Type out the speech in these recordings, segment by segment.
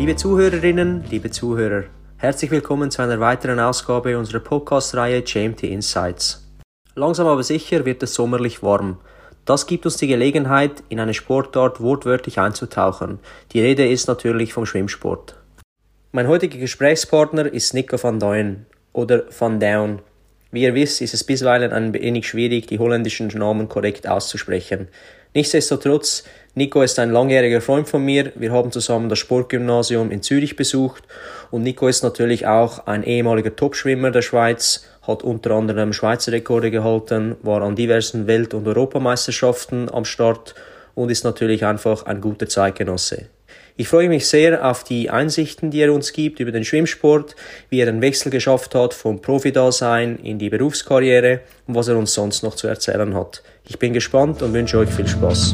Liebe Zuhörerinnen, liebe Zuhörer, herzlich willkommen zu einer weiteren Ausgabe unserer Podcast-Reihe GMT Insights. Langsam aber sicher wird es sommerlich warm. Das gibt uns die Gelegenheit, in eine Sportart wortwörtlich einzutauchen. Die Rede ist natürlich vom Schwimmsport. Mein heutiger Gesprächspartner ist Nico van Duyn oder Van Duyn. Wie ihr wisst, ist es bisweilen ein wenig schwierig, die holländischen Namen korrekt auszusprechen. Nichtsdestotrotz, Nico ist ein langjähriger Freund von mir. Wir haben zusammen das Sportgymnasium in Zürich besucht und Nico ist natürlich auch ein ehemaliger Topschwimmer der Schweiz, hat unter anderem Schweizer Rekorde gehalten, war an diversen Welt- und Europameisterschaften am Start und ist natürlich einfach ein guter Zeitgenosse. Ich freue mich sehr auf die Einsichten, die er uns gibt über den Schwimmsport, wie er den Wechsel geschafft hat vom Profidasein in die Berufskarriere und was er uns sonst noch zu erzählen hat. Ich bin gespannt und wünsche euch viel Spaß.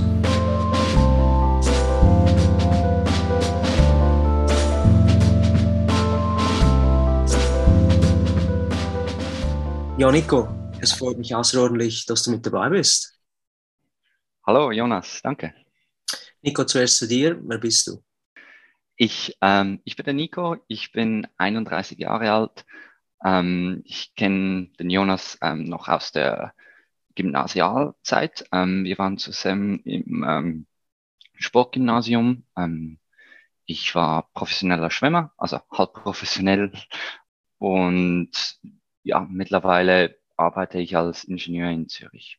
Ja, Nico, es freut mich außerordentlich, dass du mit dabei bist. Hallo Jonas, danke. Nico, zuerst zu dir. Wer bist du? Ich bin der Nico, ich bin 31 Jahre alt. Ich kenne den Jonas noch aus der Gymnasialzeit. Wir waren zusammen im Sportgymnasium. Ich war professioneller Schwimmer, also halb professionell. Und ja, mittlerweile arbeite ich als Ingenieur in Zürich.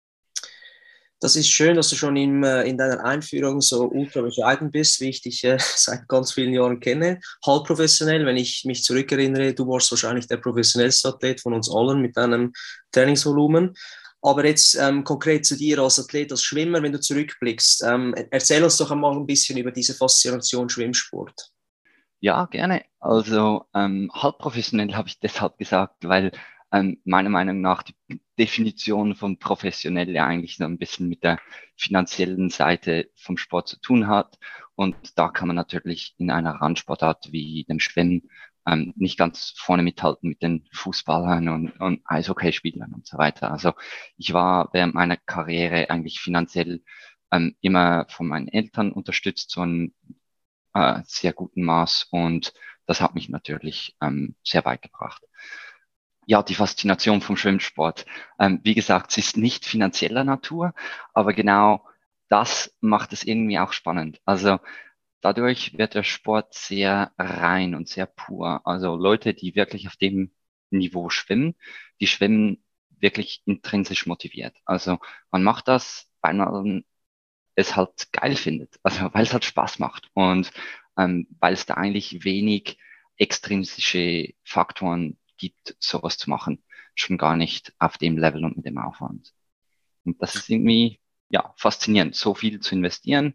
Das ist schön, dass du schon in deiner Einführung so ultra bescheiden bist, wie ich dich seit ganz vielen Jahren kenne. Halb professionell, wenn ich mich zurückerinnere, du warst wahrscheinlich der professionellste Athlet von uns allen mit deinem Trainingsvolumen. Aber jetzt konkret zu dir als Athlet, als Schwimmer, wenn du zurückblickst, erzähl uns doch einmal ein bisschen über diese Faszination Schwimmsport. Ja, gerne. Also halb professionell habe ich deshalb gesagt, weil meiner Meinung nach die Definition von professionell ja eigentlich so ein bisschen mit der finanziellen Seite vom Sport zu tun hat. Und da kann man natürlich in einer Randsportart wie dem Schwimmen nicht ganz vorne mithalten mit den Fußballern und Eishockeyspielern und so weiter. Also ich war während meiner Karriere eigentlich finanziell immer von meinen Eltern unterstützt, so ein sehr guten Maß, und das hat mich natürlich sehr weit gebracht. Ja, die Faszination vom Schwimmsport. Wie gesagt, sie ist nicht finanzieller Natur, aber genau das macht es irgendwie auch spannend. Also dadurch wird der Sport sehr rein und sehr pur. Also Leute, die wirklich auf dem Niveau schwimmen, die schwimmen wirklich intrinsisch motiviert. Also man macht das, weil man es halt geil findet, also weil es halt Spaß macht und weil es da eigentlich wenig extrinsische Faktoren gibt, sowas zu machen, schon gar nicht auf dem Level und mit dem Aufwand. Und das ist irgendwie, ja, faszinierend, so viel zu investieren,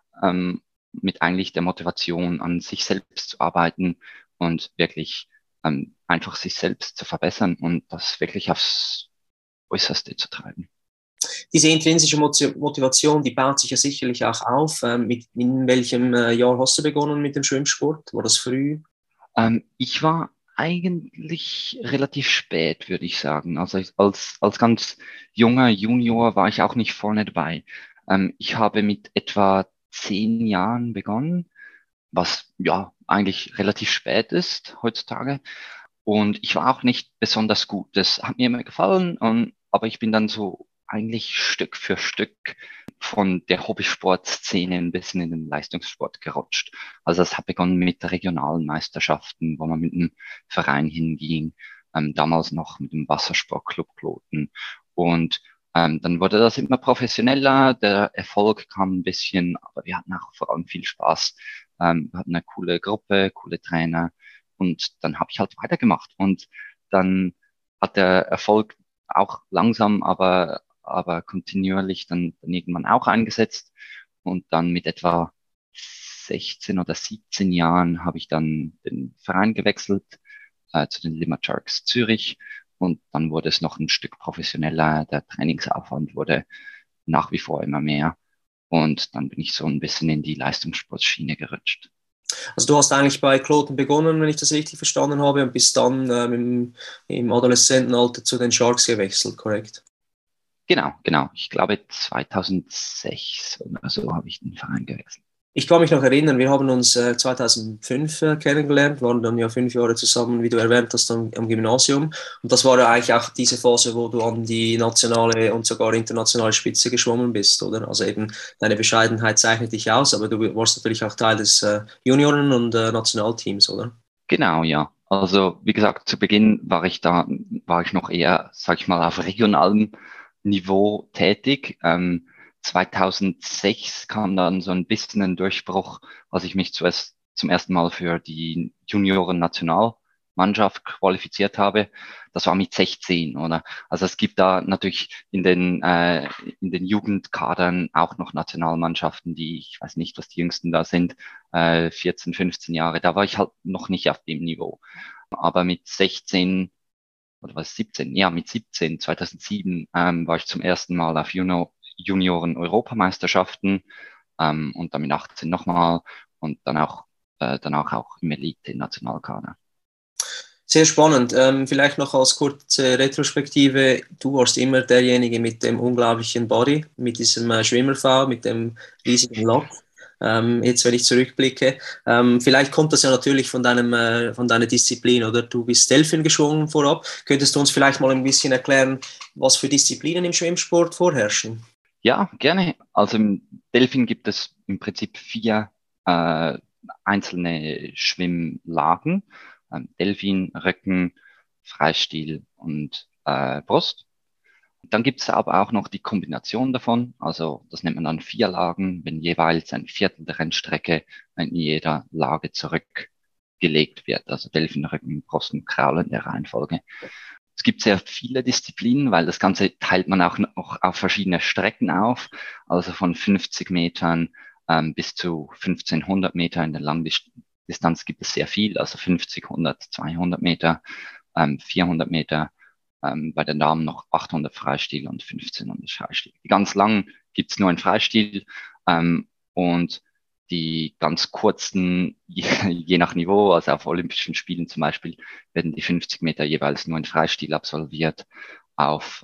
mit eigentlich der Motivation, an sich selbst zu arbeiten und wirklich einfach sich selbst zu verbessern und das wirklich aufs Äußerste zu treiben. Diese intrinsische Motivation, die baut sich ja sicherlich auch auf. In welchem Jahr hast du begonnen mit dem Schwimmsport? War das früh? Ich war eigentlich relativ spät, würde ich sagen. Also als ganz junger Junior war ich auch nicht vorne dabei. Ich habe mit etwa 10 Jahren begonnen, was ja eigentlich relativ spät ist heutzutage. Und ich war auch nicht besonders gut. Das hat mir immer gefallen, aber ich bin dann so eigentlich Stück für Stück von der Hobbysportszene ein bisschen in den Leistungssport gerutscht. Also es hat begonnen mit regionalen Meisterschaften, wo man mit einem Verein hinging, damals noch mit dem Wassersportclub Kloten. Und dann wurde das immer professioneller, der Erfolg kam ein bisschen, aber wir hatten auch vor allem viel Spaß. Wir hatten eine coole Gruppe, coole Trainer, und dann habe ich halt weitergemacht. Und dann hat der Erfolg auch langsam, aber kontinuierlich dann irgendwann auch eingesetzt. Und dann mit etwa 16 oder 17 Jahren habe ich dann den Verein gewechselt zu den Limmat Sharks Zürich. Und dann wurde es noch ein Stück professioneller. Der Trainingsaufwand wurde nach wie vor immer mehr. Und dann bin ich so ein bisschen in die Leistungssportschiene gerutscht. Also du hast eigentlich bei Kloten begonnen, wenn ich das richtig verstanden habe, und bist dann im Adoleszentenalter zu den Sharks gewechselt, korrekt? Genau, genau. Ich glaube 2006 oder so habe ich den Verein gewechselt. Ich kann mich noch erinnern, wir haben uns 2005 kennengelernt, waren dann ja 5 Jahre zusammen, wie du erwähnt hast, am Gymnasium. Und das war ja eigentlich auch diese Phase, wo du an die nationale und sogar internationale Spitze geschwommen bist, oder? Also eben deine Bescheidenheit zeichnet dich aus, aber du warst natürlich auch Teil des Junioren- und Nationalteams, oder? Genau, ja. Also wie gesagt, zu Beginn war ich noch eher, sag ich mal, auf regionalem Niveau tätig. 2006 kam dann so ein bisschen ein Durchbruch, als ich mich zuerst zum ersten Mal für die Junioren-Nationalmannschaft qualifiziert habe. Das war mit 16, oder? Also es gibt da natürlich in den Jugendkadern auch noch Nationalmannschaften, die, ich weiß nicht, was die jüngsten da sind, 14, 15 Jahre. Da war ich halt noch nicht auf dem Niveau. Aber mit 16 oder was 17? Ja, mit 17, 2007 war ich zum ersten Mal auf Junioren-Europameisterschaften und dann mit 18 nochmal und danach auch im Elite-Nationalkader. Sehr spannend. Vielleicht noch als kurze Retrospektive. Du warst immer derjenige mit dem unglaublichen Body, mit diesem Schwimmerfall, mit dem riesigen Loch. Jetzt, wenn ich zurückblicke. Vielleicht kommt das ja natürlich von deiner Disziplin, oder? Du bist Delfin geschwommen vorab. Könntest du uns vielleicht mal ein bisschen erklären, was für Disziplinen im Schwimmsport vorherrschen? Ja, gerne. Also im Delfin gibt es im Prinzip vier äh, einzelne Schwimmlagen. Delfin, Rücken, Freistil und Brust. Dann gibt es aber auch noch die Kombination davon. Also das nennt man dann vier Lagen, wenn jeweils ein Viertel der Rennstrecke in jeder Lage zurückgelegt wird. Also Delfin, Rücken, Brust und Kraul in der Reihenfolge. Es gibt sehr viele Disziplinen, weil das Ganze teilt man auch noch auf verschiedene Strecken auf. Also von 50 Metern bis zu 1500 Meter in der Langdistanz gibt es sehr viel. Also 50, 100, 200 Meter, 400 Meter. Bei den Damen noch 800 Freistil und 1500 Freistil. Die ganz langen gibt's nur in Freistil und die ganz kurzen, je nach Niveau, also auf Olympischen Spielen zum Beispiel, werden die 50 Meter jeweils nur in Freistil absolviert, auf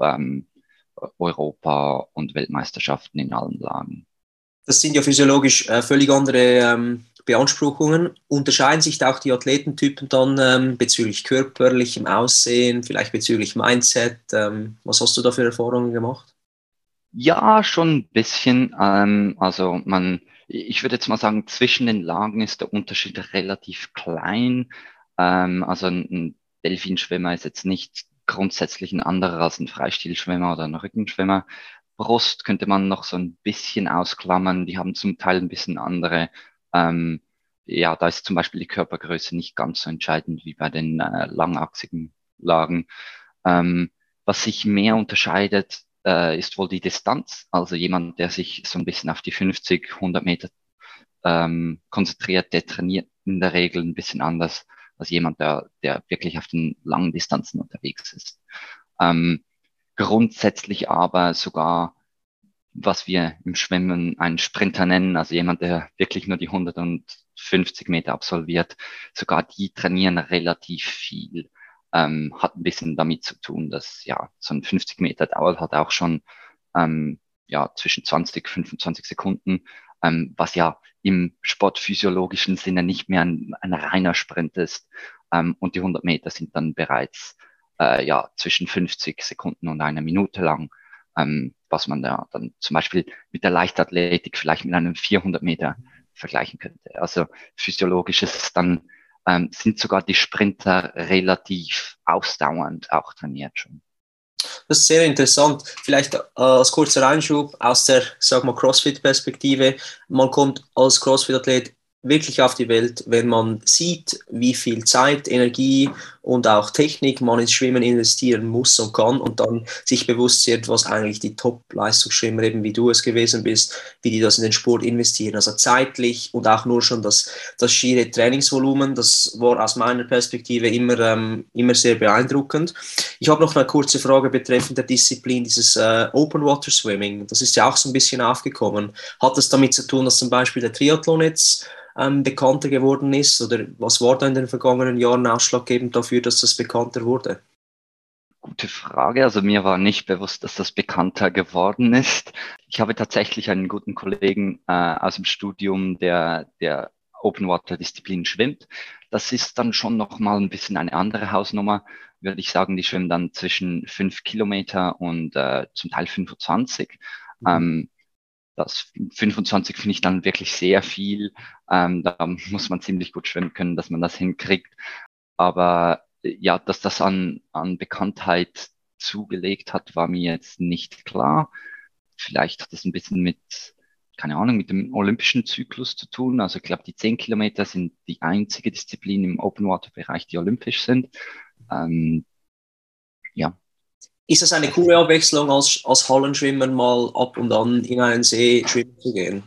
Europa- und Weltmeisterschaften in allen Lagen. Das sind ja physiologisch völlig andere Beanspruchungen. Unterscheiden sich da auch die Athletentypen dann bezüglich körperlichem Aussehen, vielleicht bezüglich Mindset? Was hast du da für Erfahrungen gemacht? Ja, schon ein bisschen. Ich würde jetzt mal sagen, zwischen den Lagen ist der Unterschied relativ klein. Also ein Delfinschwimmer ist jetzt nicht grundsätzlich ein anderer als ein Freistilschwimmer oder ein Rückenschwimmer. Brust könnte man noch so ein bisschen ausklammern. Die haben zum Teil ein bisschen andere. Ähm, ja, da ist zum Beispiel die Körpergröße nicht ganz so entscheidend wie bei den langachsigen Lagen. Ähm, Was sich mehr unterscheidet, ist wohl die Distanz. Also jemand, der sich so ein bisschen auf die 50, 100 Meter konzentriert, der trainiert in der Regel ein bisschen anders als jemand, der wirklich auf den langen Distanzen unterwegs ist. Ähm, Grundsätzlich aber sogar, was wir im Schwimmen einen Sprinter nennen, also jemand, der wirklich nur die 150 Meter absolviert, sogar die trainieren relativ viel. Hat ein bisschen damit zu tun, dass ja so ein 50 Meter dauert halt auch schon ja zwischen 20, 25 Sekunden, was ja im sportphysiologischen Sinne nicht mehr ein reiner Sprint ist. Und die 100 Meter sind dann bereits ja zwischen 50 Sekunden und einer Minute lang, was man da dann zum Beispiel mit der Leichtathletik vielleicht mit einem 400 Meter vergleichen könnte. Also physiologisch ist es dann, sind sogar die Sprinter relativ ausdauernd auch trainiert schon. Das ist sehr interessant. Vielleicht als kurzer Einschub aus der, sag mal, CrossFit-Perspektive. Man kommt als CrossFit-Athlet wirklich auf die Welt, wenn man sieht, wie viel Zeit, Energie und auch Technik man ins Schwimmen investieren muss und kann und dann sich bewusst wird, was eigentlich die Top-Leistungsschwimmer, eben wie du es gewesen bist, wie die das in den Sport investieren. Also zeitlich und auch nur schon das schiere Trainingsvolumen, das war aus meiner Perspektive immer sehr beeindruckend. Ich habe noch eine kurze Frage betreffend der Disziplin, dieses Open Water Swimming. Das ist ja auch so ein bisschen aufgekommen. Hat das damit zu tun, dass zum Beispiel der Triathlon jetzt bekannter geworden ist? Oder was war da in den vergangenen Jahren ausschlaggebend dafür, dass das bekannter wurde? Gute Frage. Also mir war nicht bewusst, dass das bekannter geworden ist. Ich habe tatsächlich einen guten Kollegen aus dem Studium, der Open Water Disziplin schwimmt. Das ist dann schon noch mal ein bisschen eine andere Hausnummer, würde ich sagen. Die schwimmen dann zwischen 5 Kilometer und zum Teil 25. Mhm. Ähm, Das 25 finde ich dann wirklich sehr viel. Da muss man ziemlich gut schwimmen können, dass man das hinkriegt. Aber ja, dass das an Bekanntheit zugelegt hat, war mir jetzt nicht klar. Vielleicht hat das ein bisschen mit, keine Ahnung, mit dem olympischen Zyklus zu tun. Also ich glaube, die 10 Kilometer sind die einzige Disziplin im Open Water Bereich, die olympisch sind. Ähm, ja, Ist das eine das ist coole Abwechslung als Hallenschwimmer mal ab und an in einen See schwimmen zu gehen?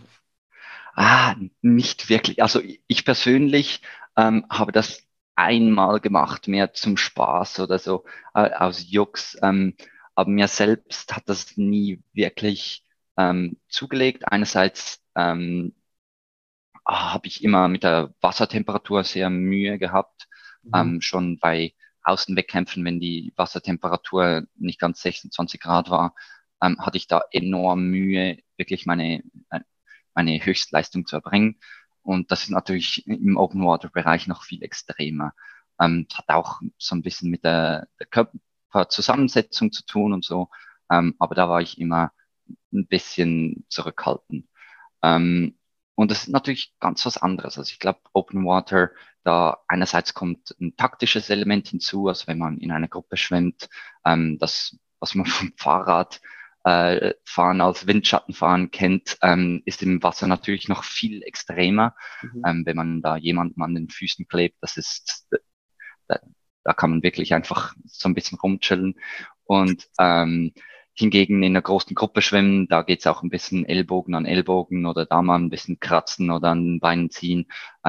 nicht wirklich. Also ich persönlich habe das einmal gemacht, mehr zum Spaß oder so, aus Jux. Aber mir selbst hat das nie wirklich zugelegt. Einerseits habe ich immer mit der Wassertemperatur sehr Mühe gehabt, Mhm. schon bei Außenwettkämpfen, wenn die Wassertemperatur nicht ganz 26 Grad war, hatte ich da enorm Mühe, wirklich meine Höchstleistung zu erbringen. Und das ist natürlich im Open Water Bereich noch viel extremer. Hat auch so ein bisschen mit der Körperzusammensetzung zu tun und so. Aber da war ich immer ein bisschen zurückhaltend. Ähm, und das ist natürlich ganz was anderes. Also ich glaube, Open Water, da einerseits kommt ein taktisches Element hinzu, also wenn man in einer Gruppe schwimmt, das, was man vom Fahrrad fahren als Windschattenfahren kennt, ist im Wasser natürlich noch viel extremer. Mhm. Wenn man da jemandem an den Füßen klebt, das ist, da, da kann man wirklich einfach so ein bisschen rumchillen. Und hingegen in einer großen Gruppe schwimmen, da geht's auch ein bisschen Ellbogen an Ellbogen oder da mal ein bisschen kratzen oder an den Beinen ziehen.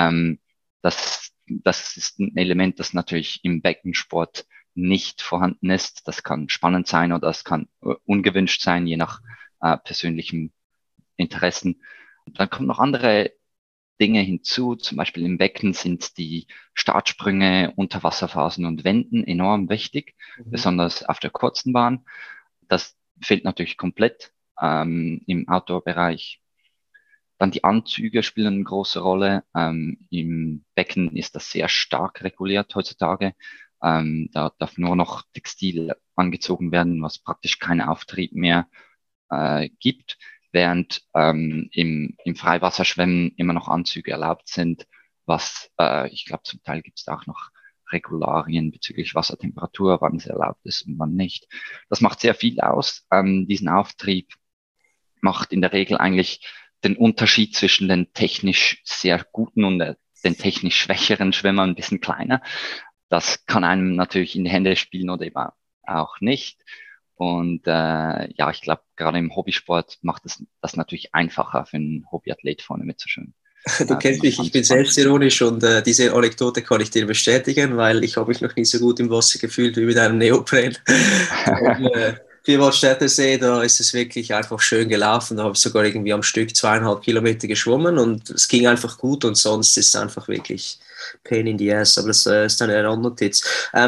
Das ist ein Element, das natürlich im Beckensport nicht vorhanden ist. Das kann spannend sein oder das kann ungewünscht sein, je nach persönlichen Interessen. Dann kommen noch andere Dinge hinzu. Zum Beispiel im Becken sind die Startsprünge, Unterwasserphasen und Wenden enorm wichtig, Mhm. besonders auf der kurzen Bahn. Das fehlt natürlich komplett im Outdoor-Bereich. Dann die Anzüge spielen eine große Rolle. Im Becken ist das sehr stark reguliert heutzutage. Da darf nur noch Textil angezogen werden, was praktisch keinen Auftrieb mehr gibt, während im Freiwasserschwimmen immer noch Anzüge erlaubt sind, was ich glaube zum Teil gibt es auch noch Regularien bezüglich Wassertemperatur, wann es erlaubt ist und wann nicht. Das macht sehr viel aus. Diesen Auftrieb macht in der Regel eigentlich den Unterschied zwischen den technisch sehr guten und den technisch schwächeren Schwimmern ein bisschen kleiner. Das kann einem natürlich in die Hände spielen oder eben auch nicht. Und ja, ich glaube, gerade im Hobbysport macht es das natürlich einfacher für einen Hobbyathlet vorne mitzuschwimmen, Du wenn kennst man mich, ich bin anzuschwimmen. selbstironisch und diese Anekdote kann ich dir bestätigen, weil ich habe mich noch nie so gut im Wasser gefühlt wie mit einem Neopren. Vierwaldstätter See, da ist es wirklich einfach schön gelaufen. Da habe ich sogar irgendwie am Stück 2,5 Kilometer geschwommen und es ging einfach gut und sonst ist es einfach wirklich Pain in the ass. Aber das ist eine Randnotiz.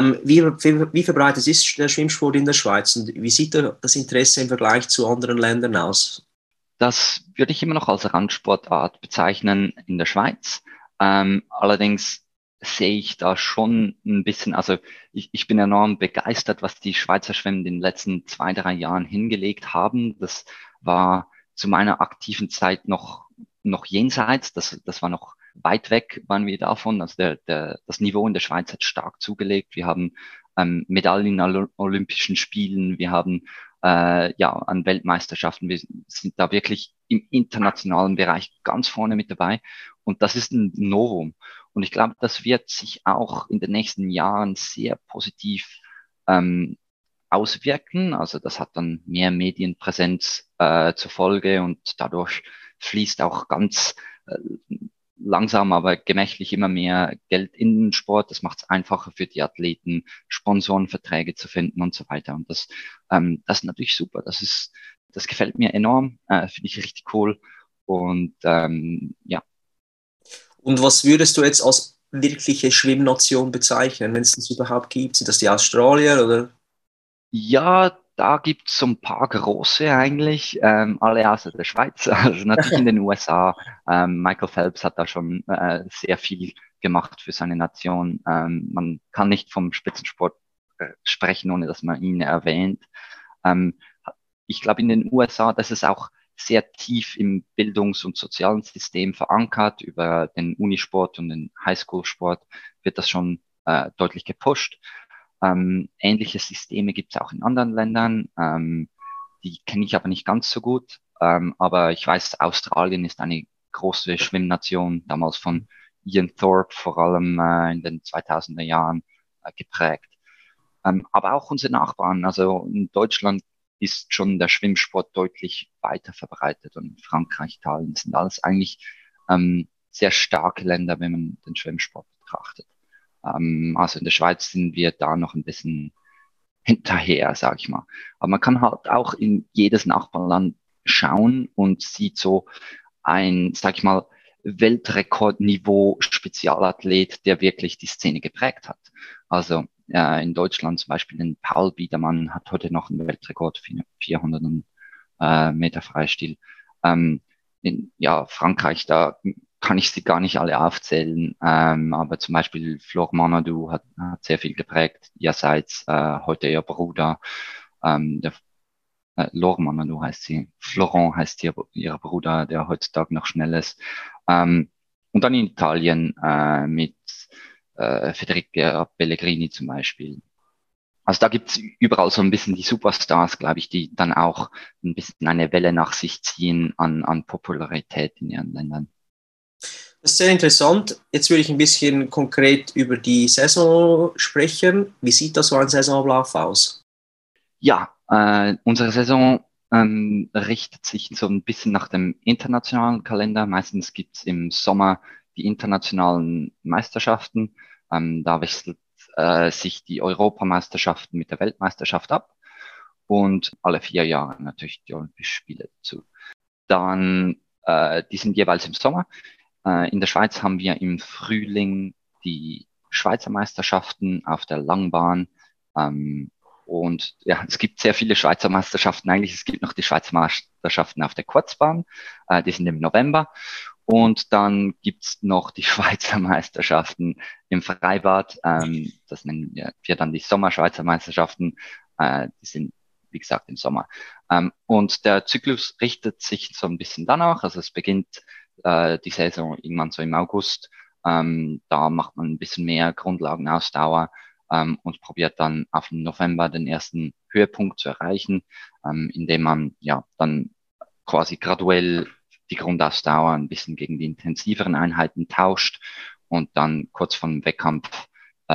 Wie verbreitet ist der Schwimmsport in der Schweiz und wie sieht da das Interesse im Vergleich zu anderen Ländern aus? Das würde ich immer noch als Randsportart bezeichnen in der Schweiz. Allerdings sehe ich da schon ein bisschen, also ich bin enorm begeistert, was die Schweizer Schwimmer in den letzten 2, 3 Jahren hingelegt haben. Das war zu meiner aktiven Zeit noch jenseits, das war noch weit weg, waren wir davon. Also das Niveau in der Schweiz hat stark zugelegt. Wir haben Medaillen an Olympischen Spielen, wir haben ja, an Weltmeisterschaften. Wir sind da wirklich im internationalen Bereich ganz vorne mit dabei. Und das ist ein Novum. Und ich glaube, das wird sich auch in den nächsten Jahren sehr positiv ähm, auswirken. Also das hat dann mehr Medienpräsenz zur Folge und dadurch fließt auch ganz äh, langsam, aber gemächlich immer mehr Geld in den Sport. Das macht es einfacher für die Athleten, Sponsorenverträge zu finden und so weiter. Und das ist natürlich super. Das gefällt mir enorm, finde ich richtig cool. Und ja, Und was würdest du jetzt als wirkliche Schwimmnation bezeichnen, wenn es das überhaupt gibt? Sind das die Australier oder? Ja, da gibt's so ein paar große eigentlich, alle außer der Schweiz. Also natürlich in den USA. Michael Phelps hat da schon sehr viel gemacht für seine Nation. Man kann nicht vom Spitzensport sprechen, ohne dass man ihn erwähnt. Ähm, Ich glaube, in den USA, das ist auch sehr tief im Bildungs- und sozialen System verankert. Über den Unisport und den Highschool-Sport wird das schon deutlich gepusht. Ähnliche Systeme gibt es auch in anderen Ländern. Die kenne ich aber nicht ganz so gut. Aber ich weiß, Australien ist eine große Schwimmnation, damals von Ian Thorpe vor allem in den 2000er Jahren geprägt. Aber auch unsere Nachbarn, also in Deutschland ist schon der Schwimmsport deutlich weiter verbreitet und Frankreich, Italien sind alles eigentlich sehr starke Länder, wenn man den Schwimmsport betrachtet. Also in der Schweiz sind wir da noch ein bisschen hinterher, sag ich mal. Aber man kann halt auch in jedes Nachbarland schauen und sieht so ein, sag ich mal, Weltrekordniveau Spezialathlet, der wirklich die Szene geprägt hat. Also in Deutschland zum Beispiel den Paul Biedermann hat heute noch einen Weltrekord für 400 Meter Freistil. In ja, Frankreich, da kann ich sie gar nicht alle aufzählen, aber zum Beispiel Flor Manadou hat sehr viel geprägt, ihrerseits heute ihr Bruder, der Laure Manadou heißt sie, Florent heißt ihr Bruder, der heutzutage noch schnell ist. Und dann in Italien mit Federica Pellegrini zum Beispiel. Also da gibt's überall so ein bisschen die Superstars, glaube ich, die dann auch ein bisschen eine Welle nach sich ziehen an Popularität in ihren Ländern. Das ist sehr interessant. Jetzt würde ich ein bisschen konkret über die Saison sprechen. Wie sieht das so ein Saisonablauf aus? Ja, unsere Saison richtet sich so ein bisschen nach dem internationalen Kalender. Meistens gibt's im Sommer die internationalen Meisterschaften. Da wechselt sich die Europameisterschaften mit der Weltmeisterschaft ab und alle 4 Jahre natürlich die Olympischen Spiele dazu. Dann, die sind jeweils im Sommer. In der Schweiz haben wir im Frühling die Schweizer Meisterschaften auf der Langbahn. Und ja, es gibt sehr viele Schweizer Meisterschaften eigentlich. Es gibt noch die Schweizer Meisterschaften auf der Kurzbahn. Die sind im November. Und dann gibt's noch die Schweizer Meisterschaften im Freibad. Das nennen wir dann die Sommerschweizer Meisterschaften. Die sind, wie gesagt, im Sommer. Und der Zyklus richtet sich so ein bisschen danach. Also es beginnt die Saison irgendwann so im August. Da macht man ein bisschen mehr Grundlagenausdauer und probiert dann auf den November den ersten Höhepunkt zu erreichen, indem man ja dann quasi graduell die Grundausdauer ein bisschen gegen die intensiveren Einheiten tauscht und dann kurz vor dem Wettkampf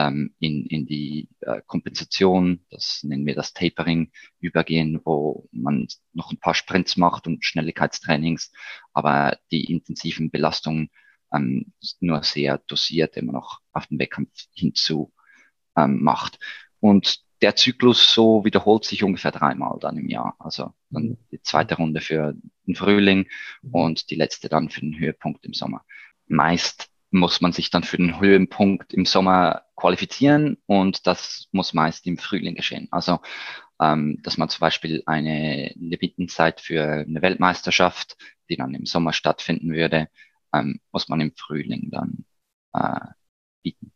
in die Kompensation, das nennen wir das Tapering, übergehen, wo man noch ein paar Sprints macht und Schnelligkeitstrainings, aber die intensiven Belastungen nur sehr dosiert immer noch auf den Wettkampf hinzu macht. Und der Zyklus so wiederholt sich ungefähr 3-mal dann im Jahr. Also dann die zweite Runde für den Frühling und die letzte dann für den Höhepunkt im Sommer. Meist muss man sich dann für den Höhepunkt im Sommer qualifizieren und das muss meist im Frühling geschehen. Also, dass man zum Beispiel eine Levitenzeit für eine Weltmeisterschaft, die dann im Sommer stattfinden würde, muss man im Frühling dann bieten.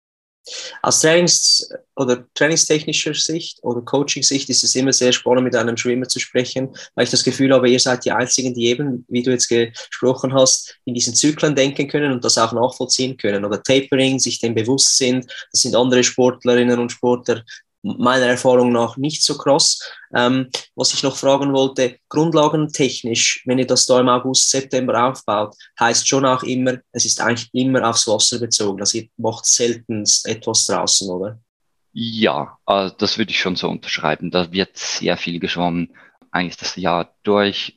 Aus oder trainingstechnischer Sicht oder Coaching-Sicht ist es immer sehr spannend, mit einem Schwimmer zu sprechen, weil ich das Gefühl habe, ihr seid die Einzigen, die eben, wie du jetzt gesprochen hast, in diesen Zyklen denken können und das auch nachvollziehen können. Oder Tapering, sich dem bewusst sind. Das sind andere Sportlerinnen und Sportler meiner Erfahrung nach nicht so krass. Was ich noch fragen wollte, grundlagentechnisch, wenn ihr das da im August, September aufbaut, heißt schon auch immer, es ist eigentlich immer aufs Wasser bezogen. Also ihr macht seltenst etwas draußen, oder? Ja, das würde ich schon so unterschreiben. Da wird sehr viel geschwommen, eigentlich das Jahr durch.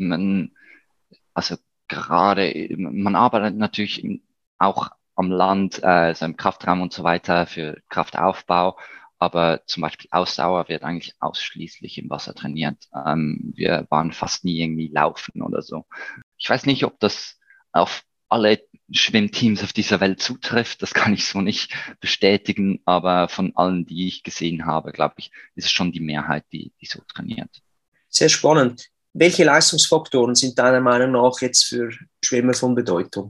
Also gerade, man arbeitet natürlich auch am Land, so im Kraftraum und so weiter für Kraftaufbau. Aber zum Beispiel Ausdauer wird eigentlich ausschließlich im Wasser trainiert. Wir waren fast nie irgendwie laufen oder so. Ich weiß nicht, ob das auf alle Schwimmteams auf dieser Welt zutrifft. Das kann ich so nicht bestätigen, aber von allen, die ich gesehen habe, glaube ich, ist es schon die Mehrheit, die so trainiert. Sehr spannend. Welche Leistungsfaktoren sind deiner Meinung nach jetzt für Schwimmer von Bedeutung?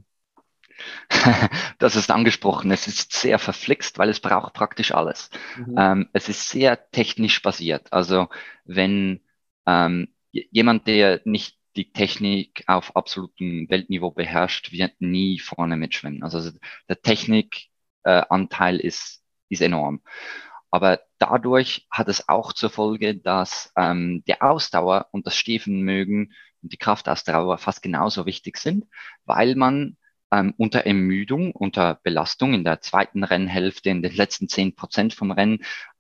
Das ist angesprochen. Es ist sehr verflixt, weil es braucht praktisch alles. Es ist sehr technisch basiert. Also wenn jemand, der nicht die Technik auf absolutem Weltniveau beherrscht, wird nie vorne mitschwimmen. Also der Technikanteil ist enorm. Aber dadurch hat es auch zur Folge, dass die Ausdauer und das Stehvermögen und die Kraftausdauer fast genauso wichtig sind, weil man unter Ermüdung, unter Belastung in der zweiten Rennhälfte, in den letzten 10% vom Rennen,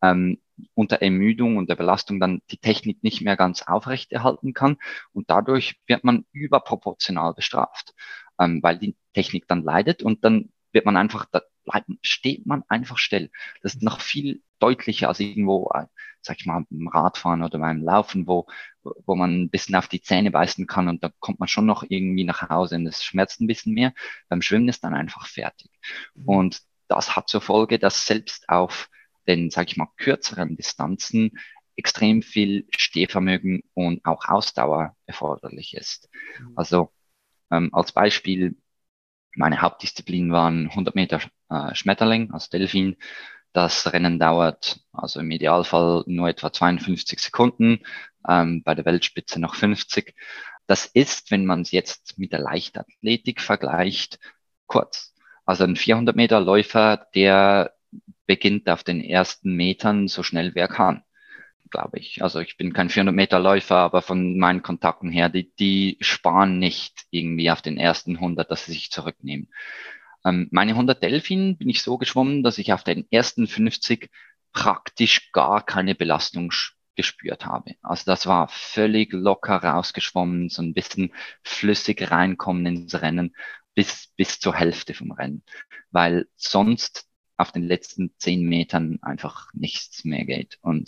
unter Ermüdung und der Belastung dann die Technik nicht mehr ganz aufrechterhalten kann. Und dadurch wird man überproportional bestraft, weil die Technik dann leidet und dann wird man einfach, da steht man einfach still. Das ist noch viel deutlicher als irgendwo, sag ich mal, beim Radfahren oder beim Laufen, wo man ein bisschen auf die Zähne beißen kann und da kommt man schon noch irgendwie nach Hause und es schmerzt ein bisschen mehr. Beim Schwimmen ist dann einfach fertig. Und das hat zur Folge, dass selbst auf den, sag ich mal, kürzeren Distanzen extrem viel Stehvermögen und auch Ausdauer erforderlich ist. Also als Beispiel, meine Hauptdisziplin waren 100 Meter Schmetterling, also Delfin. Das Rennen dauert also im Idealfall nur etwa 52 Sekunden, bei der Weltspitze noch 50. Das ist, wenn man es jetzt mit der Leichtathletik vergleicht, kurz. Also ein 400 Meter Läufer, der beginnt auf den ersten Metern so schnell wer kann, glaube ich. Also ich bin kein 400 Meter Läufer, aber von meinen Kontakten her, die sparen nicht irgendwie auf den ersten 100, dass sie sich zurücknehmen. Meine 100 Delfin bin ich so geschwommen, dass ich auf den ersten 50 praktisch gar keine Belastung gespürt habe. Also das war völlig locker rausgeschwommen, so ein bisschen flüssig reinkommen ins Rennen bis zur Hälfte vom Rennen, weil sonst auf den letzten 10 Metern einfach nichts mehr geht. Und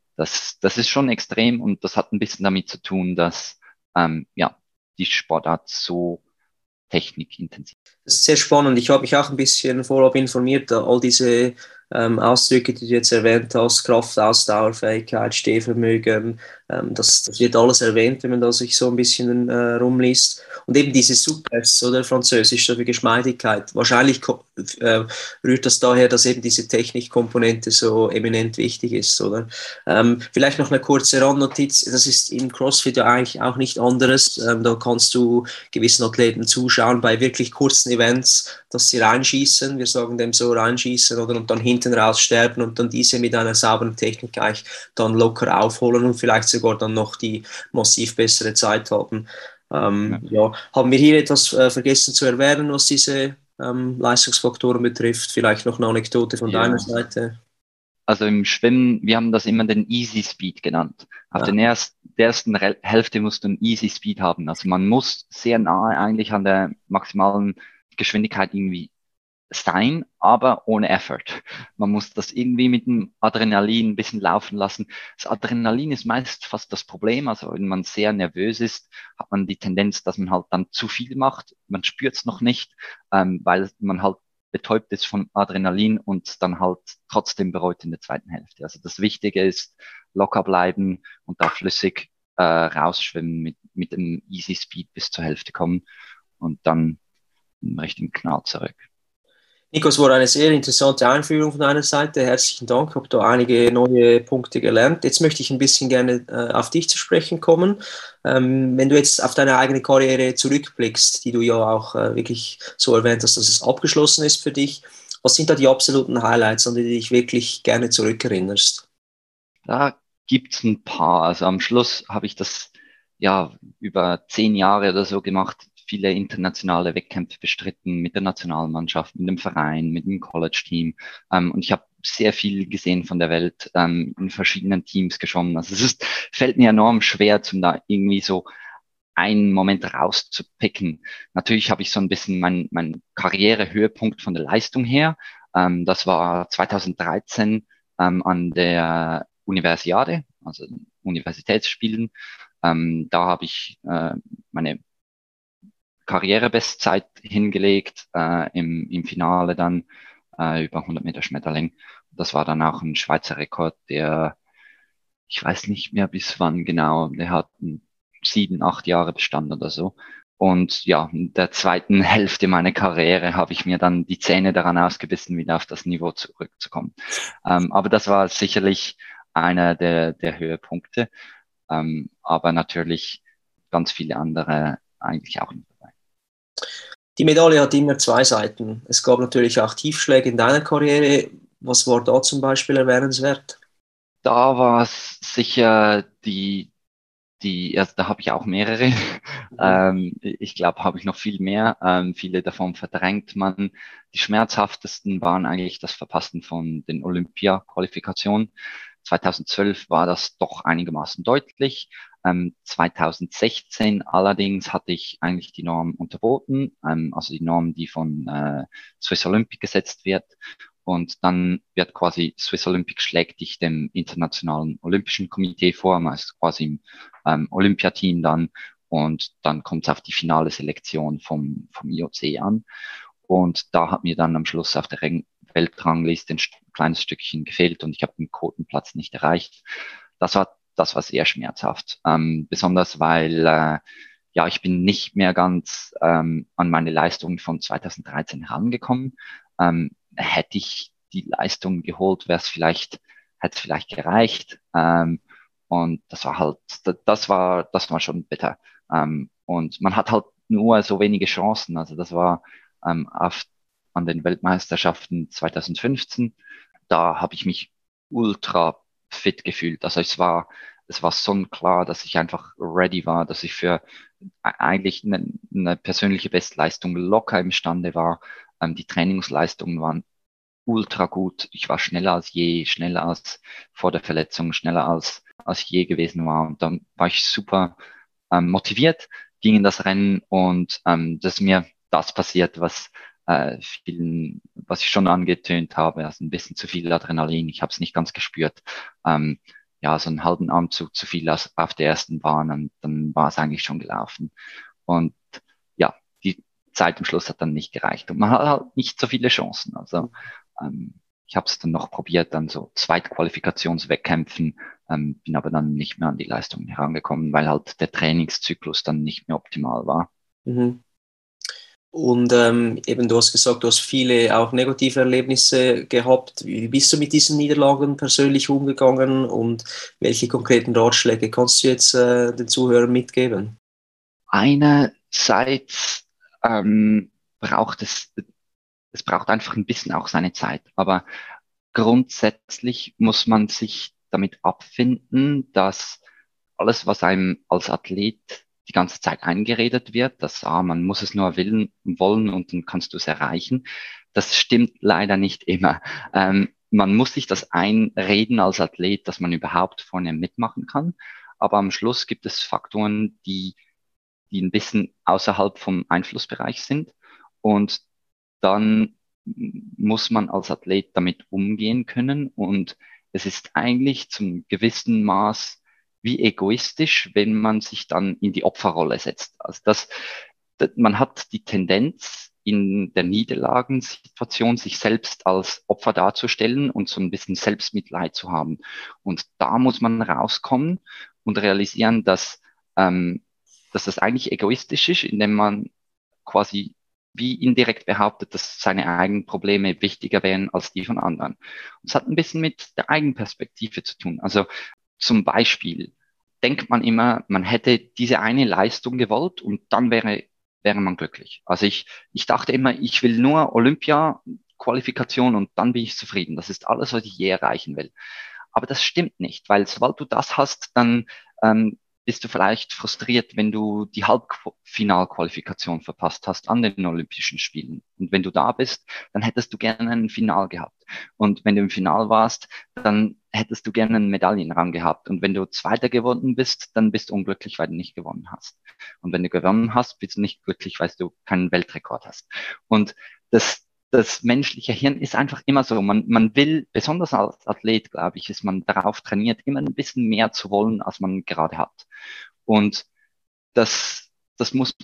das ist schon extrem und das hat ein bisschen damit zu tun, dass ja, die Sportart so technikintensiv. Das ist sehr spannend. Ich habe mich auch ein bisschen vorab informiert, all diese Ausdrücke, die du jetzt erwähnt hast, Kraft, Ausdauer, Fähigkeit, Stehvermögen, das wird alles erwähnt, wenn man da sich so ein bisschen rumliest. Und eben diese Souplesse oder Französisch, so für Geschmeidigkeit. Wahrscheinlich rührt das daher, dass eben diese Technikkomponente so eminent wichtig ist, oder? Vielleicht noch eine kurze Randnotiz. Das ist im CrossFit ja eigentlich auch nicht anderes. Da kannst du gewissen Athleten zuschauen bei wirklich kurzen Events, dass sie reinschießen, wir sagen dem so reinschießen oder und dann hinten raus sterben und dann diese mit einer sauberen Technik eigentlich dann locker aufholen und vielleicht sogar dann noch die massiv bessere Zeit haben. Ja. Haben wir hier etwas vergessen zu erwähnen, was diese Leistungsfaktoren betrifft? Vielleicht noch eine Anekdote von deiner Seite? Also im Schwimmen, wir haben das immer den Easy Speed genannt. Auf der ersten Hälfte musst du einen Easy Speed haben. Also man muss sehr nahe eigentlich an der maximalen Geschwindigkeit irgendwie sein, aber ohne Effort. Man muss das irgendwie mit dem Adrenalin ein bisschen laufen lassen. Das Adrenalin ist meist fast das Problem. Also wenn man sehr nervös ist, hat man die Tendenz, dass man halt dann zu viel macht. Man spürt es noch nicht, weil man halt betäubt ist von Adrenalin und dann halt trotzdem bereut in der zweiten Hälfte. Also das Wichtige ist locker bleiben und da flüssig rausschwimmen mit einem Easy Speed bis zur Hälfte kommen und dann im richtigen Knall zurück. Nico, es war eine sehr interessante Einführung von deiner Seite. Herzlichen Dank. Ich habe da einige neue Punkte gelernt. Jetzt möchte ich ein bisschen gerne auf dich zu sprechen kommen. Wenn du jetzt auf deine eigene Karriere zurückblickst, die du ja auch wirklich so erwähnt hast, dass es abgeschlossen ist für dich, was sind da die absoluten Highlights, an die du dich wirklich gerne zurückerinnerst? Da gibt's ein paar. Also am Schluss habe ich das ja über 10 Jahre oder so gemacht, viele internationale Wettkämpfe bestritten mit der Nationalmannschaft, mit dem Verein, mit dem College-Team. Und ich habe sehr viel gesehen von der Welt, in verschiedenen Teams geschwommen. Also fällt mir enorm schwer, zum da irgendwie so einen Moment rauszupicken. Natürlich habe ich so ein bisschen mein Karrierehöhepunkt von der Leistung her. Das war 2013 an der Universiade, also Universitätsspielen. Da habe ich meine Karrierebestzeit hingelegt, im Finale dann über 100 Meter Schmetterling. Das war dann auch ein Schweizer Rekord, ich weiß nicht mehr bis wann genau, der hat 7, 8 Jahre Bestand oder so. Und ja, in der zweiten Hälfte meiner Karriere habe ich mir dann die Zähne daran ausgebissen, wieder auf das Niveau zurückzukommen. Aber das war sicherlich einer der Höhepunkte. Aber natürlich ganz viele andere eigentlich auch nicht dabei. Die Medaille hat immer zwei Seiten. Es gab natürlich auch Tiefschläge in deiner Karriere. Was war da zum Beispiel erwähnenswert? Da war es sicher also da habe ich auch mehrere. Ich glaube, habe ich noch viel mehr. Viele davon verdrängt man. Die schmerzhaftesten waren eigentlich das Verpassen von den Olympia-Qualifikationen. 2012 war das doch einigermaßen deutlich. 2016 allerdings hatte ich eigentlich die Norm unterboten, also die Norm, die von Swiss Olympic gesetzt wird. Und dann wird quasi Swiss Olympic schlägt dich dem Internationalen Olympischen Komitee vor, man ist quasi im Olympiateam dann und dann kommt es auf die finale Selektion vom IOC an. Und da hat mir dann am Schluss auf der Weltrangliste ein kleines Stückchen gefehlt und ich habe den Quotenplatz nicht erreicht. Das war sehr schmerzhaft, besonders weil ja, ich bin nicht mehr ganz an meine Leistungen von 2013 herangekommen. Hätte ich die Leistung geholt, hätte es vielleicht gereicht. Und das war halt, das war schon bitter. Und man hat halt nur so wenige Chancen. Also das war an den Weltmeisterschaften 2015. Da habe ich mich ultra fit gefühlt. Also es war sonnenklar, dass ich einfach ready war, dass ich für eigentlich eine persönliche Bestleistung locker imstande war. Die Trainingsleistungen waren ultra gut. Ich war schneller als je, schneller als vor der Verletzung, schneller als ich je gewesen war. Und dann war ich super motiviert, ging in das Rennen und das ist mir das passiert, was ich schon angetönt habe, also ein bisschen zu viel Adrenalin. Ich habe es nicht ganz gespürt. Ja, so einen halben Arm zu viel auf der ersten Bahn und dann war es eigentlich schon gelaufen. Und ja, die Zeit am Schluss hat dann nicht gereicht und man hat halt nicht so viele Chancen. Also ich habe es dann noch probiert, dann so Zweitqualifikationswettkämpfen, bin aber dann nicht mehr an die Leistungen herangekommen, weil halt der Trainingszyklus dann nicht mehr optimal war. Mhm. Und eben, du hast gesagt, du hast viele auch negative Erlebnisse gehabt. Wie bist du mit diesen Niederlagen persönlich umgegangen und welche konkreten Ratschläge kannst du jetzt den Zuhörern mitgeben? Einerseits braucht es braucht einfach ein bisschen auch seine Zeit, aber grundsätzlich muss man sich damit abfinden, dass alles, was einem als Athlet die ganze Zeit eingeredet wird, dass man muss es nur wollen und dann kannst du es erreichen. Das stimmt leider nicht immer. Man muss sich das einreden als Athlet, dass man überhaupt vorne mitmachen kann. Aber am Schluss gibt es Faktoren, die ein bisschen außerhalb vom Einflussbereich sind. Und dann muss man als Athlet damit umgehen können. Und es ist eigentlich zum gewissen Maß wie egoistisch, wenn man sich dann in die Opferrolle setzt. Also man hat die Tendenz, in der Niederlagensituation sich selbst als Opfer darzustellen und so ein bisschen Selbstmitleid zu haben. Und da muss man rauskommen und realisieren, dass das eigentlich egoistisch ist, indem man quasi wie indirekt behauptet, dass seine eigenen Probleme wichtiger wären als die von anderen. Und es hat ein bisschen mit der Eigenperspektive zu tun. Also zum Beispiel denkt man immer, man hätte diese eine Leistung gewollt und dann wäre man glücklich. Also ich dachte immer, ich will nur Olympia-Qualifikation und dann bin ich zufrieden. Das ist alles, was ich je erreichen will. Aber das stimmt nicht, weil sobald du das hast, dann bist du vielleicht frustriert, wenn du die Halbfinalqualifikation verpasst hast an den Olympischen Spielen. Und wenn du da bist, dann hättest du gerne ein Final gehabt. Und wenn du im Final warst, dann hättest du gerne einen Medaillenrang gehabt. Und wenn du Zweiter geworden bist, dann bist du unglücklich, weil du nicht gewonnen hast. Und wenn du gewonnen hast, bist du nicht glücklich, weil du keinen Weltrekord hast. Und das menschliche Hirn ist einfach immer so. Man will, besonders als Athlet, glaube ich, ist man darauf trainiert, immer ein bisschen mehr zu wollen, als man gerade hat. Und das muss man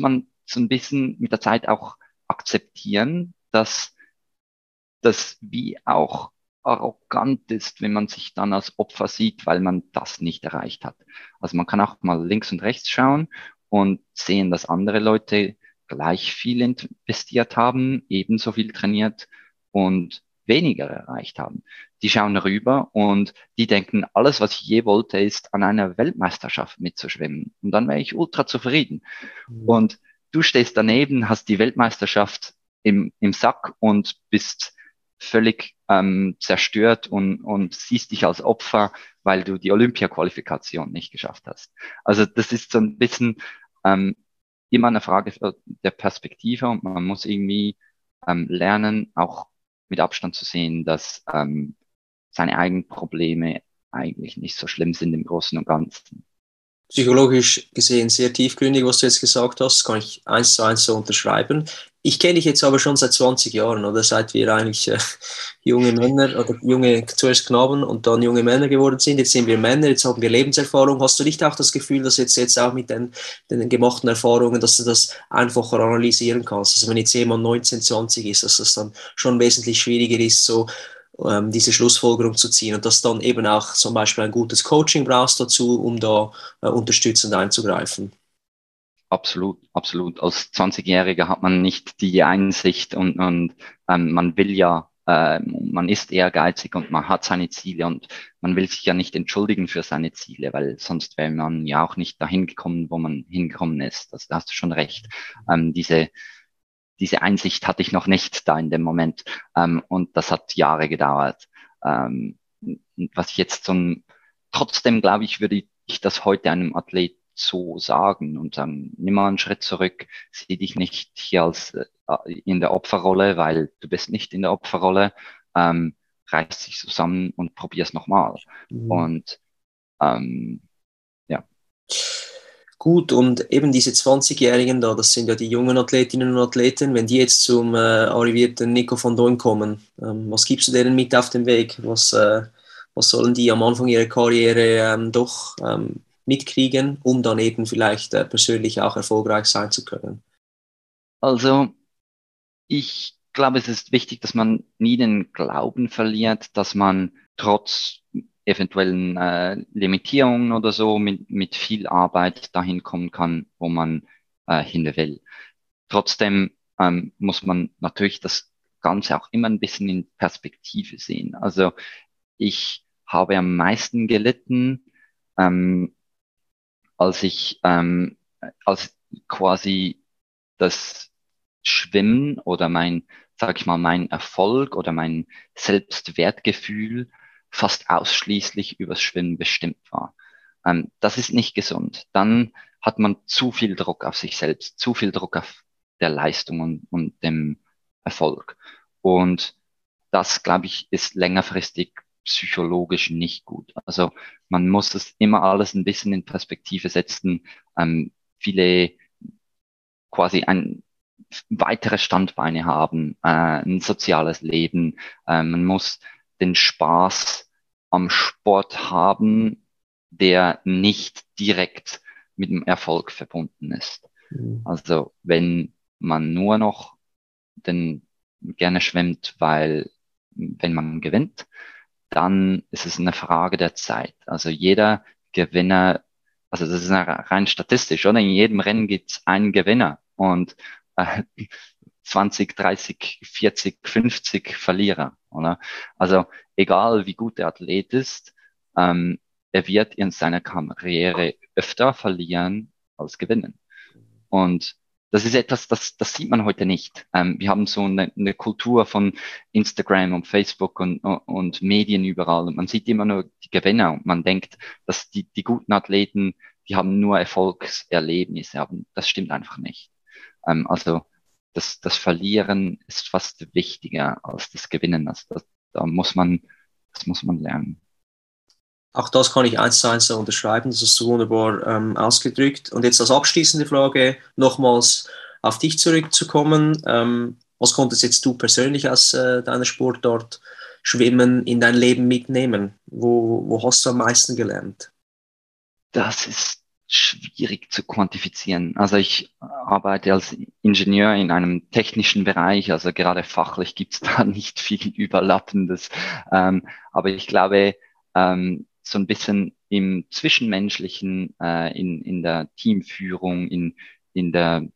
so ein bisschen mit der Zeit auch akzeptieren, dass das wie auch arrogant ist, wenn man sich dann als Opfer sieht, weil man das nicht erreicht hat. Also man kann auch mal links und rechts schauen und sehen, dass andere Leute gleich viel investiert haben, ebenso viel trainiert und weniger erreicht haben. Die schauen rüber und die denken, alles, was ich je wollte, ist an einer Weltmeisterschaft mitzuschwimmen. Und dann wäre ich ultra zufrieden. Mhm. Und du stehst daneben, hast die Weltmeisterschaft im Sack und bist völlig zerstört und siehst dich als Opfer, weil du die Olympia-Qualifikation nicht geschafft hast. Also das ist so ein bisschen immer eine Frage der Perspektive und man muss irgendwie lernen, auch mit Abstand zu sehen, dass seine eigenen Probleme eigentlich nicht so schlimm sind im Großen und Ganzen. Psychologisch gesehen sehr tiefgründig, was du jetzt gesagt hast, kann ich eins zu eins so unterschreiben. Ich kenne dich jetzt aber schon seit 20 Jahren, oder seit wir eigentlich junge Männer oder zuerst Knaben und dann junge Männer geworden sind. Jetzt sind wir Männer, jetzt haben wir Lebenserfahrung. Hast du nicht auch das Gefühl, dass jetzt auch mit den gemachten Erfahrungen, dass du das einfacher analysieren kannst? Also wenn jetzt jemand 19, 20 ist, dass das dann schon wesentlich schwieriger ist, so diese Schlussfolgerung zu ziehen und dass dann eben auch zum Beispiel ein gutes Coaching brauchst dazu, um da unterstützend einzugreifen. Absolut, absolut. Als 20-Jähriger hat man nicht die Einsicht und man will ja, man ist ehrgeizig und man hat seine Ziele und man will sich ja nicht entschuldigen für seine Ziele, weil sonst wäre man ja auch nicht dahin gekommen, wo man hingekommen ist. Also da hast du schon recht. Diese Einsicht hatte ich noch nicht da in dem Moment und das hat Jahre gedauert. Was ich jetzt trotzdem glaube ich, würde ich das heute einem Athlet so sagen und sagen, nimm mal einen Schritt zurück, sieh dich nicht hier als in der Opferrolle, weil du bist nicht in der Opferrolle, reiß dich zusammen und probier's nochmal. Mhm. Und ähm, ja. Gut, und eben diese 20-Jährigen da, das sind ja die jungen Athletinnen und Athleten, wenn die jetzt zum arrivierten Nico van Doorn kommen, was gibst du denen mit auf den Weg? Was sollen die am Anfang ihrer Karriere doch mitkriegen, um dann eben vielleicht persönlich auch erfolgreich sein zu können? Also ich glaube, es ist wichtig, dass man nie den Glauben verliert, dass man trotz eventuellen Limitierungen oder so mit viel Arbeit dahin kommen kann, wo man hin will. Trotzdem muss man natürlich das Ganze auch immer ein bisschen in Perspektive sehen. Also ich habe am meisten gelitten, ähm, als als quasi das Schwimmen oder sag ich mal, mein Erfolg oder mein Selbstwertgefühl fast ausschließlich übers Schwimmen bestimmt war. Das ist nicht gesund. Dann hat man zu viel Druck auf sich selbst, zu viel Druck auf der Leistung und dem Erfolg. Und das, glaube ich, ist längerfristig psychologisch nicht gut. Also man muss es immer alles ein bisschen in Perspektive setzen. Viele quasi weitere Standbeine haben, ein soziales Leben. Man muss den Spaß am Sport haben, der nicht direkt mit dem Erfolg verbunden ist. Mhm. Also wenn man nur noch gerne schwimmt, weil wenn man gewinnt, dann ist es eine Frage der Zeit. Also jeder Gewinner, also das ist rein statistisch, oder? In jedem Rennen gibt es einen Gewinner und äh, 20, 30, 40, 50 Verlierer, oder? Also egal wie gut der Athlet ist, er wird in seiner Karriere öfter verlieren als gewinnen. Und das ist etwas, das sieht man heute nicht. Wir haben so eine Kultur von Instagram und Facebook und Medien überall. Und man sieht immer nur die Gewinner und man denkt, dass die guten Athleten, die haben nur Erfolgserlebnisse haben. Das stimmt einfach nicht. Also das Verlieren ist fast wichtiger als das Gewinnen. Also das muss man lernen. Auch das kann ich eins zu eins so unterschreiben. Das hast du wunderbar ausgedrückt. Und jetzt als abschließende Frage nochmals auf dich zurückzukommen. Was konntest jetzt du persönlich aus deiner Sportart Schwimmen in dein Leben mitnehmen? Wo hast du am meisten gelernt? Das ist schwierig zu quantifizieren. Also ich arbeite als Ingenieur in einem technischen Bereich, also gerade fachlich gibt's da nicht viel Überlappendes. Aber ich glaube, so ein bisschen im Zwischenmenschlichen, in der Teamführung, in der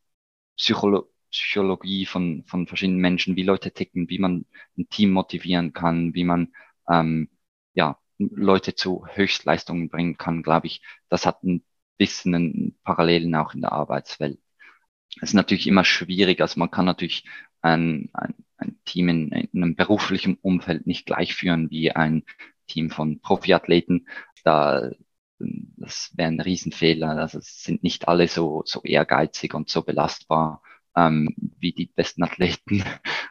Psychologie von verschiedenen Menschen, wie Leute ticken, wie man ein Team motivieren kann, wie man ja, Leute zu Höchstleistungen bringen kann, glaube ich, das hat ein bisschen einen Parallelen auch in der Arbeitswelt. Es ist natürlich immer schwierig, also man kann natürlich ein Team in einem beruflichen Umfeld nicht gleich führen wie ein Team von Profiathleten. Da, das wäre ein Riesenfehler. Also es sind nicht alle so ehrgeizig und so belastbar wie die besten Athleten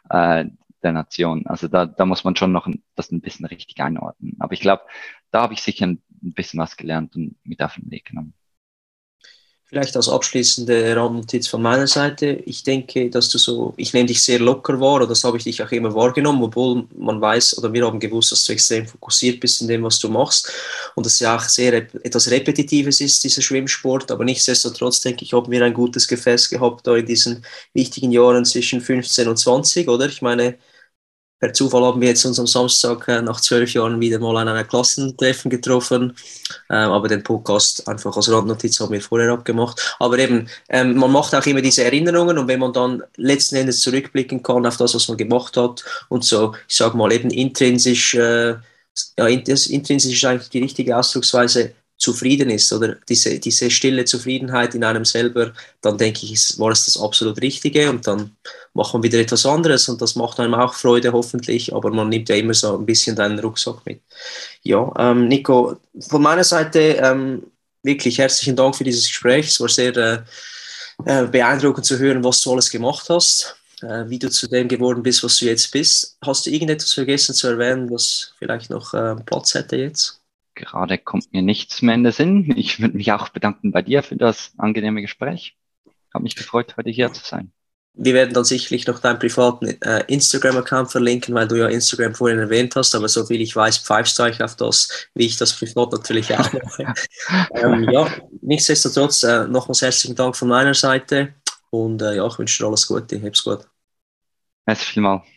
der Nation. Also da muss man schon noch das ein bisschen richtig einordnen. Aber ich glaube, da habe ich sicher ein bisschen was gelernt und mit auf den Weg genommen. Vielleicht als abschließende Randnotiz von meiner Seite. Ich denke, dass du so, ich nehme dich sehr locker wahr, oder das habe ich dich auch immer wahrgenommen, obwohl man weiß, oder wir haben gewusst, dass du extrem fokussiert bist in dem, was du machst. Und dass ja auch sehr etwas Repetitives ist, dieser Schwimmsport. Aber nichtsdestotrotz, denke ich, haben wir ein gutes Gefäß gehabt da in diesen wichtigen Jahren zwischen 15 und 20, oder? Ich meine, per Zufall haben wir jetzt uns am Samstag nach 12 Jahren wieder mal an einem Klassentreffen getroffen. Aber den Podcast einfach als Randnotiz haben wir vorher abgemacht. Aber eben, man macht auch immer diese Erinnerungen, und wenn man dann letzten Endes zurückblicken kann auf das, was man gemacht hat und so, ich sage mal eben intrinsisch, intrinsisch ist eigentlich die richtige Ausdrucksweise, zufrieden ist, oder diese stille Zufriedenheit in einem selber, dann denke ich, war es das absolut Richtige, und dann macht man wieder etwas anderes, und das macht einem auch Freude, hoffentlich, aber man nimmt ja immer so ein bisschen deinen Rucksack mit. Ja, Nico, von meiner Seite wirklich herzlichen Dank für dieses Gespräch. Es war sehr beeindruckend zu hören, was du alles gemacht hast, wie du zu dem geworden bist, was du jetzt bist. Hast du irgendetwas vergessen zu erwähnen, was vielleicht noch Platz hätte jetzt? Gerade kommt mir nichts mehr in den Sinn. Ich würde mich auch bedanken bei dir für das angenehme Gespräch. Habe mich gefreut, heute hier zu sein. Wir werden dann sicherlich noch deinen privaten Instagram-Account verlinken, weil du ja Instagram vorhin erwähnt hast, aber soviel ich weiß, pfeifst du eigentlich auf das, wie ich das privat natürlich auch mache. Ja, nichtsdestotrotz nochmals herzlichen Dank von meiner Seite, und ja, ich wünsche dir alles Gute, hab's gut. Merci vielmals.